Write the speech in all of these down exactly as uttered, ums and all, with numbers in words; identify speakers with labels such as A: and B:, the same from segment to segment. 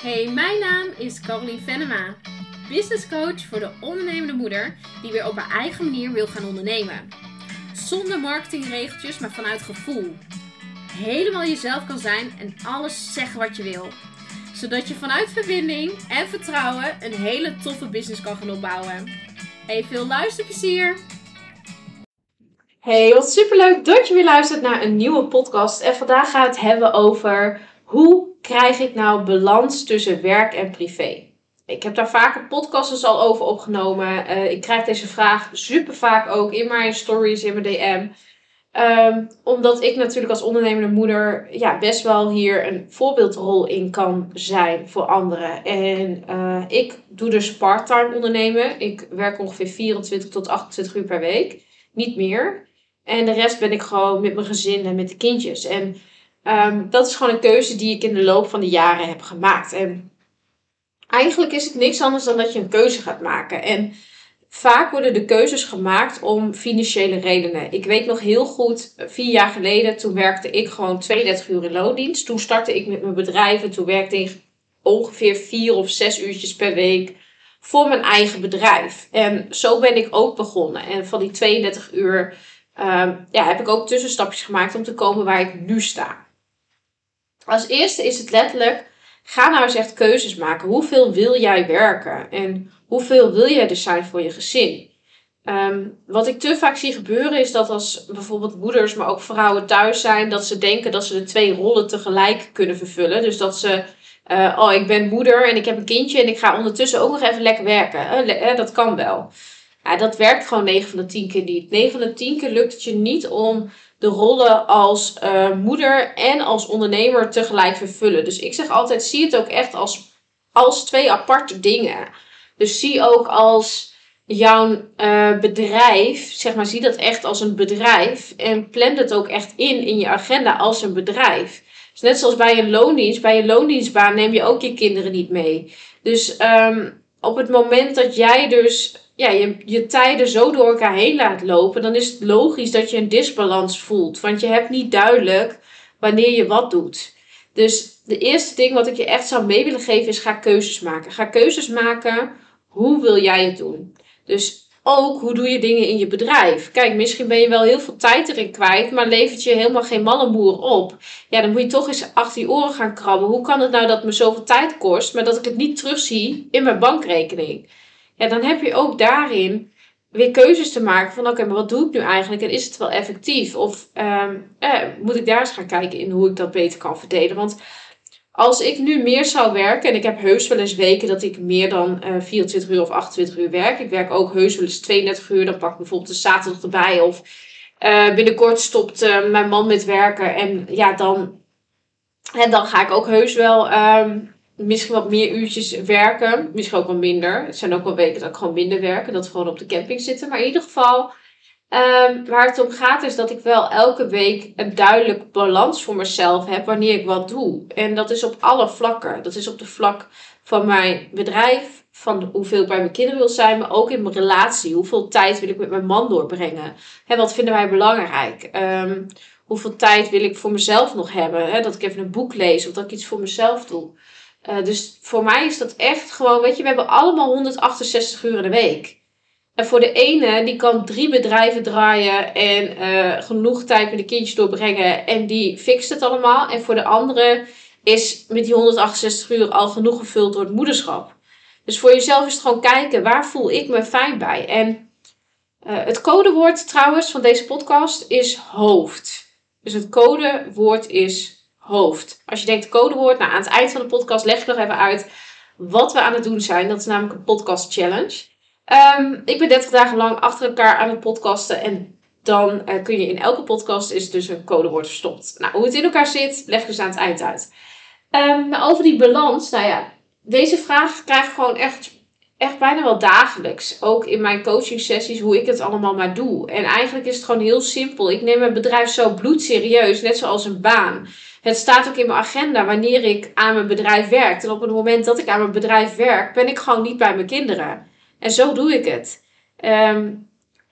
A: Hey, mijn naam is Caroline Venema, business coach voor de ondernemende moeder die weer op haar eigen manier wil gaan ondernemen. Zonder marketingregeltjes, maar vanuit gevoel. Helemaal jezelf kan zijn en alles zeggen wat je wil. Zodat je vanuit verbinding en vertrouwen een hele toffe business kan gaan opbouwen. Hey, veel luisterplezier! Hey, wat superleuk dat je weer luistert naar een nieuwe podcast. En vandaag gaan we het hebben over hoe krijg ik nou balans tussen werk en privé. Ik heb daar vaker podcasts al over opgenomen. Uh, ik krijg deze vraag super vaak ook in mijn stories, in mijn D M. Um, omdat ik natuurlijk als ondernemende moeder ja, best wel hier een voorbeeldrol in kan zijn voor anderen. En uh, ik doe dus parttime ondernemen. Ik werk ongeveer vierentwintig tot achtentwintig uur per week. Niet meer. En de rest ben ik gewoon met mijn gezin en met de kindjes. En um, dat is gewoon een keuze die ik in de loop van de jaren heb gemaakt. En eigenlijk is het niks anders dan dat je een keuze gaat maken. En vaak worden de keuzes gemaakt om financiële redenen. Ik weet nog heel goed, vier jaar geleden, toen werkte ik gewoon tweeëndertig uur in loondienst. Toen startte ik met mijn bedrijf en toen werkte ik ongeveer vier of zes uurtjes per week voor mijn eigen bedrijf. En zo ben ik ook begonnen. En van die tweeëndertig uur um, ja, heb ik ook tussenstapjes gemaakt om te komen waar ik nu sta. Als eerste is het letterlijk, ga nou eens echt keuzes maken. Hoeveel wil jij werken? En hoeveel wil jij dus zijn voor je gezin? Um, wat ik te vaak zie gebeuren is dat als bijvoorbeeld moeders, maar ook vrouwen thuis zijn, dat ze denken dat ze de twee rollen tegelijk kunnen vervullen. Dus dat ze, uh, oh ik ben moeder en ik heb een kindje en ik ga ondertussen ook nog even lekker werken. Uh, uh, dat kan wel. Ja, dat werkt gewoon negen van de tien keer niet. negen van de tien keer lukt het je niet om de rollen als uh, moeder en als ondernemer tegelijk vervullen. Dus ik zeg altijd, zie het ook echt als, als twee aparte dingen. Dus zie ook als jouw uh, bedrijf, zeg maar, zie dat echt als een bedrijf. En plan het ook echt in in je agenda als een bedrijf. Dus net zoals bij een loondienst, bij een loondienstbaan neem je ook je kinderen niet mee. Dus um, op het moment dat jij dus ja, je, je tijden zo door elkaar heen laat lopen, dan is het logisch dat je een disbalans voelt. Want je hebt niet duidelijk wanneer je wat doet. Dus de eerste ding wat ik je echt zou mee willen geven is, ga keuzes maken. Ga keuzes maken, hoe wil jij het doen? Dus ook, hoe doe je dingen in je bedrijf? Kijk, misschien ben je wel heel veel tijd erin kwijt, maar levert je helemaal geen mallenmoer op. Ja, dan moet je toch eens achter je oren gaan krabben. Hoe kan het nou dat me zoveel tijd kost, maar dat ik het niet terugzie in mijn bankrekening? Ja, dan heb je ook daarin weer keuzes te maken van, oké, okay, maar wat doe ik nu eigenlijk? En is het wel effectief? Of um, eh, moet ik daar eens gaan kijken in hoe ik dat beter kan verdelen? Want als ik nu meer zou werken, en ik heb heus wel eens weken dat ik meer dan uh, vierentwintig uur of achtentwintig uur werk. Ik werk ook heus wel eens tweeëndertig uur, dan pak ik bijvoorbeeld de zaterdag erbij. Of uh, binnenkort stopt uh, mijn man met werken en ja, dan, en dan ga ik ook heus wel um, misschien wat meer uurtjes werken. Misschien ook wel minder. Het zijn ook wel weken dat ik gewoon minder werk en dat we gewoon op de camping zitten. Maar in ieder geval, Um, waar het om gaat is dat ik wel elke week een duidelijk balans voor mezelf heb wanneer ik wat doe. En dat is op alle vlakken. Dat is op de vlak van mijn bedrijf, van hoeveel ik bij mijn kinderen wil zijn, maar ook in mijn relatie. Hoeveel tijd wil ik met mijn man doorbrengen? Hè, wat vinden wij belangrijk? Um, hoeveel tijd wil ik voor mezelf nog hebben? Hè? Dat ik even een boek lees of dat ik iets voor mezelf doe. Uh, dus voor mij is dat echt gewoon, weet je, we hebben allemaal honderdachtenzestig uur in de week. En voor de ene, die kan drie bedrijven draaien en uh, genoeg tijd met de kindjes doorbrengen. En die fixt het allemaal. En voor de andere is met die honderdachtenzestig uur al genoeg gevuld door het moederschap. Dus voor jezelf is het gewoon kijken, waar voel ik me fijn bij? En uh, het codewoord trouwens van deze podcast is hoofd. Dus het codewoord is hoofd. Als je denkt codewoord, nou aan het eind van de podcast leg ik nog even uit wat we aan het doen zijn. Dat is namelijk een podcast challenge. Um, ik ben dertig dagen lang achter elkaar aan het podcasten. En dan uh, kun je in elke podcast is dus een codewoord verstopt. Nou, hoe het in elkaar zit, leg ik dus aan het eind uit. Um, nou, over die balans. Nou ja, deze vraag krijg ik gewoon echt, echt bijna wel dagelijks. Ook in mijn coaching sessies, hoe ik het allemaal maar doe. En eigenlijk is het gewoon heel simpel. Ik neem mijn bedrijf zo bloedserieus, net zoals een baan. Het staat ook in mijn agenda wanneer ik aan mijn bedrijf werk. En op het moment dat ik aan mijn bedrijf werk, ben ik gewoon niet bij mijn kinderen. En zo doe ik het. Um,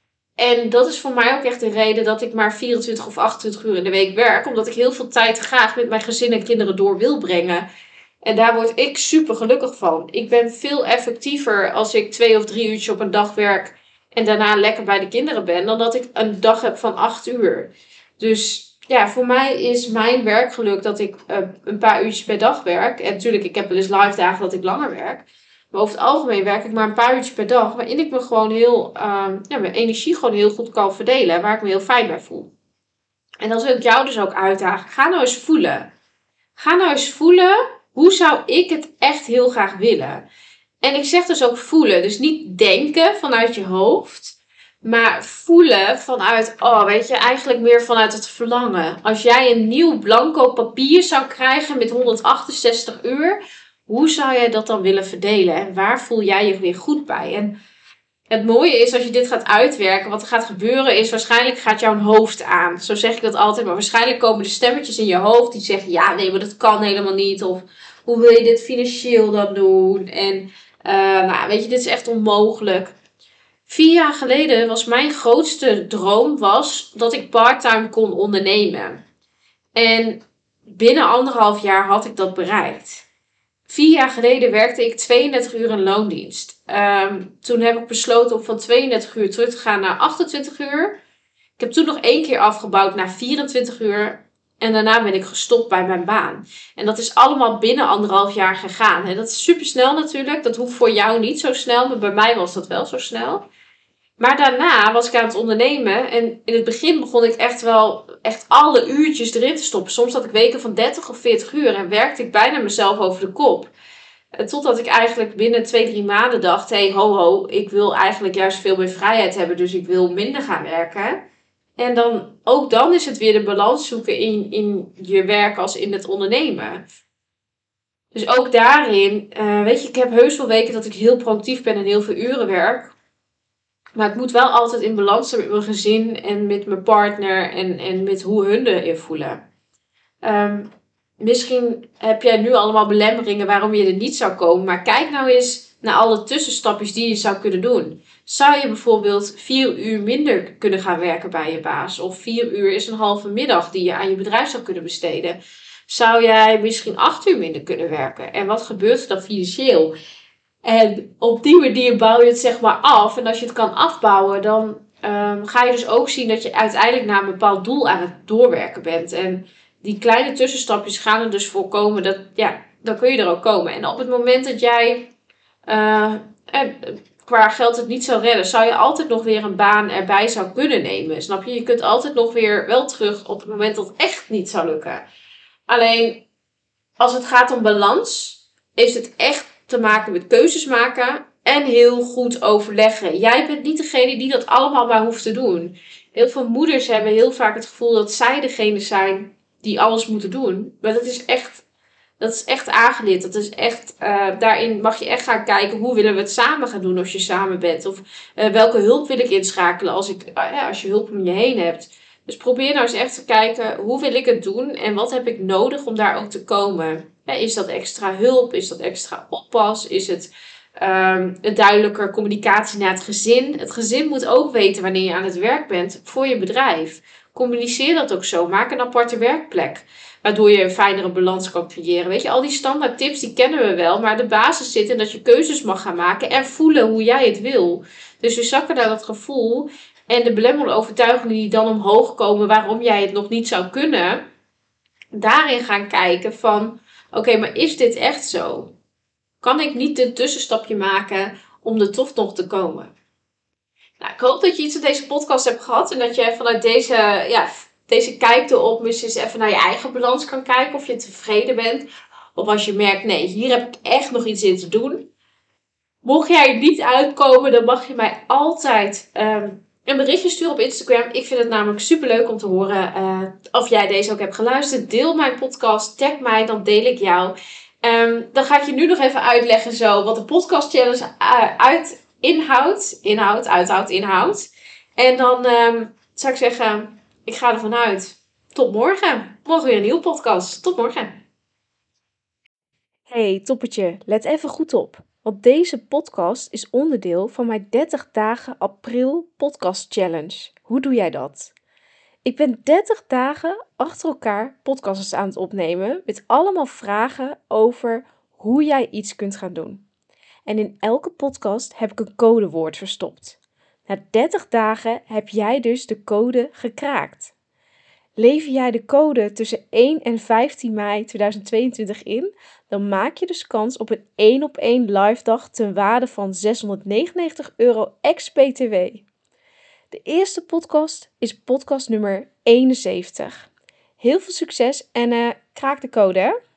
A: en dat is voor mij ook echt de reden dat ik maar vierentwintig of achtentwintig uur in de week werk. Omdat ik heel veel tijd graag met mijn gezin en kinderen door wil brengen. En daar word ik super gelukkig van. Ik ben veel effectiever als ik twee of drie uurtjes op een dag werk en daarna lekker bij de kinderen ben, dan dat ik een dag heb van acht uur. Dus ja, voor mij is mijn werkgeluk dat ik uh, een paar uurtjes per dag werk. En natuurlijk, ik heb wel eens live dagen dat ik langer werk. Maar over het algemeen werk ik maar een paar uurtjes per dag. Waarin ik me gewoon heel, uh, ja, mijn energie gewoon heel goed kan verdelen. Waar ik me heel fijn bij voel. En dan wil ik jou dus ook uitdagen. Ga nou eens voelen. Ga nou eens voelen. Hoe zou ik het echt heel graag willen? En ik zeg dus ook voelen. Dus niet denken vanuit je hoofd. Maar voelen vanuit, oh weet je, eigenlijk meer vanuit het verlangen. Als jij een nieuw blanco papier zou krijgen met honderdachtenzestig uur. Hoe zou jij dat dan willen verdelen? En waar voel jij je weer goed bij? En het mooie is als je dit gaat uitwerken. Wat er gaat gebeuren is, waarschijnlijk gaat jouw hoofd aan. Zo zeg ik dat altijd. Maar waarschijnlijk komen de stemmetjes in je hoofd die zeggen, ja nee, maar dat kan helemaal niet. Of hoe wil je dit financieel dan doen? En uh, nou weet je, dit is echt onmogelijk. Vier jaar geleden was mijn grootste droom was dat ik parttime kon ondernemen. En binnen anderhalf jaar had ik dat bereikt. Vier jaar geleden werkte ik tweeëndertig uur in loondienst. Um, toen heb ik besloten om van tweeëndertig uur terug te gaan naar achtentwintig uur. Ik heb toen nog één keer afgebouwd naar vierentwintig uur. En daarna ben ik gestopt bij mijn baan. En dat is allemaal binnen anderhalf jaar gegaan. En dat is super snel natuurlijk. Dat hoeft voor jou niet zo snel. Maar bij mij was dat wel zo snel. Maar daarna was ik aan het ondernemen. En in het begin begon ik echt wel echt alle uurtjes erin te stoppen. Soms had ik weken van dertig of veertig uur. En werkte ik bijna mezelf over de kop. Totdat ik eigenlijk binnen twee, drie maanden dacht. Hé, hey, ho, ho. Ik wil eigenlijk juist veel meer vrijheid hebben. Dus ik wil minder gaan werken. En dan, ook dan is het weer de balans zoeken in, in je werk als in het ondernemen. Dus ook daarin, uh, weet je, ik heb heus wel weken dat ik heel productief ben en heel veel uren werk. Maar het moet wel altijd in balans zijn met mijn gezin en met mijn partner en, en met hoe hun erin voelen. Um, misschien heb jij nu allemaal belemmeringen waarom je er niet zou komen. Maar kijk nou eens naar alle tussenstapjes die je zou kunnen doen. Zou je bijvoorbeeld vier uur minder kunnen gaan werken bij je baas? Of vier uur is een halve middag die je aan je bedrijf zou kunnen besteden? Zou jij misschien acht uur minder kunnen werken? En wat gebeurt er dan financieel? En op die manier bouw je het zeg maar af. En als je het kan afbouwen, dan um, ga je dus ook zien dat je uiteindelijk naar een bepaald doel aan het doorwerken bent. En die kleine tussenstapjes gaan er dus voor komen. Dat, ja, dan kun je er ook komen. En op het moment dat jij uh, eh, qua geld het niet zou redden, zou je altijd nog weer een baan erbij zou kunnen nemen. Snap je? Je kunt altijd nog weer wel terug op het moment dat het echt niet zou lukken. Alleen, als het gaat om balans, is het echt te maken met keuzes maken en heel goed overleggen. Jij bent niet degene die dat allemaal maar hoeft te doen. Heel veel moeders hebben heel vaak het gevoel dat zij degene zijn die alles moeten doen. Maar dat is echt, dat is echt aangeleerd. Dat is echt, uh, daarin mag je echt gaan kijken hoe willen we het samen gaan doen als je samen bent. Of uh, welke hulp wil ik inschakelen als, ik, uh, ja, als je hulp om je heen hebt. Dus probeer nou eens echt te kijken, hoe wil ik het doen en wat heb ik nodig om daar ook te komen. Is dat extra hulp? Is dat extra oppas? Is het um, een duidelijker communicatie naar het gezin? Het gezin moet ook weten wanneer je aan het werk bent voor je bedrijf. Communiceer dat ook zo. Maak een aparte werkplek. Waardoor je een fijnere balans kan creëren. Weet je, al die standaard tips die kennen we wel. Maar de basis zit in dat je keuzes mag gaan maken. En voelen hoe jij het wil. Dus we zakken naar dat gevoel. En de belemmerende overtuigingen die dan omhoog komen. Waarom jij het nog niet zou kunnen. Daarin gaan kijken van. Oké, okay, maar is dit echt zo? Kan ik niet een tussenstapje maken om er toch nog te komen? Nou, ik hoop dat je iets aan deze podcast hebt gehad. En dat je vanuit deze, ja, deze kijk erop eens even naar je eigen balans kan kijken. Of je tevreden bent. Of als je merkt, nee, hier heb ik echt nog iets in te doen. Mocht jij er niet uitkomen, dan mag je mij altijd um, een berichtje sturen op Instagram. Ik vind het namelijk super leuk om te horen uh, of jij deze ook hebt geluisterd. Deel mijn podcast, tag mij, dan deel ik jou. Um, dan ga ik je nu nog even uitleggen zo wat de podcast challenge uh, uit inhoudt. Inhoud, uithoudt, inhoudt. En dan um, zou ik zeggen, ik ga ervan uit. Tot morgen. Morgen weer een nieuwe podcast. Tot morgen.
B: Hey, toppetje, let even goed op. Want deze podcast is onderdeel van mijn dertig dagen april podcast challenge. Hoe doe jij dat? Ik ben dertig dagen achter elkaar podcasts aan het opnemen met allemaal vragen over hoe jij iets kunt gaan doen. En in elke podcast heb ik een codewoord verstopt. Na dertig dagen heb jij dus de code gekraakt. Lever jij de code tussen één en vijftien mei tweeduizend tweeëntwintig in, dan maak je dus kans op een één op één live dag ten waarde van zeshonderdnegenennegentig euro ex-B T W. De eerste podcast is podcast nummer eenenzeventig. Heel veel succes en uh, kraak de code, hè?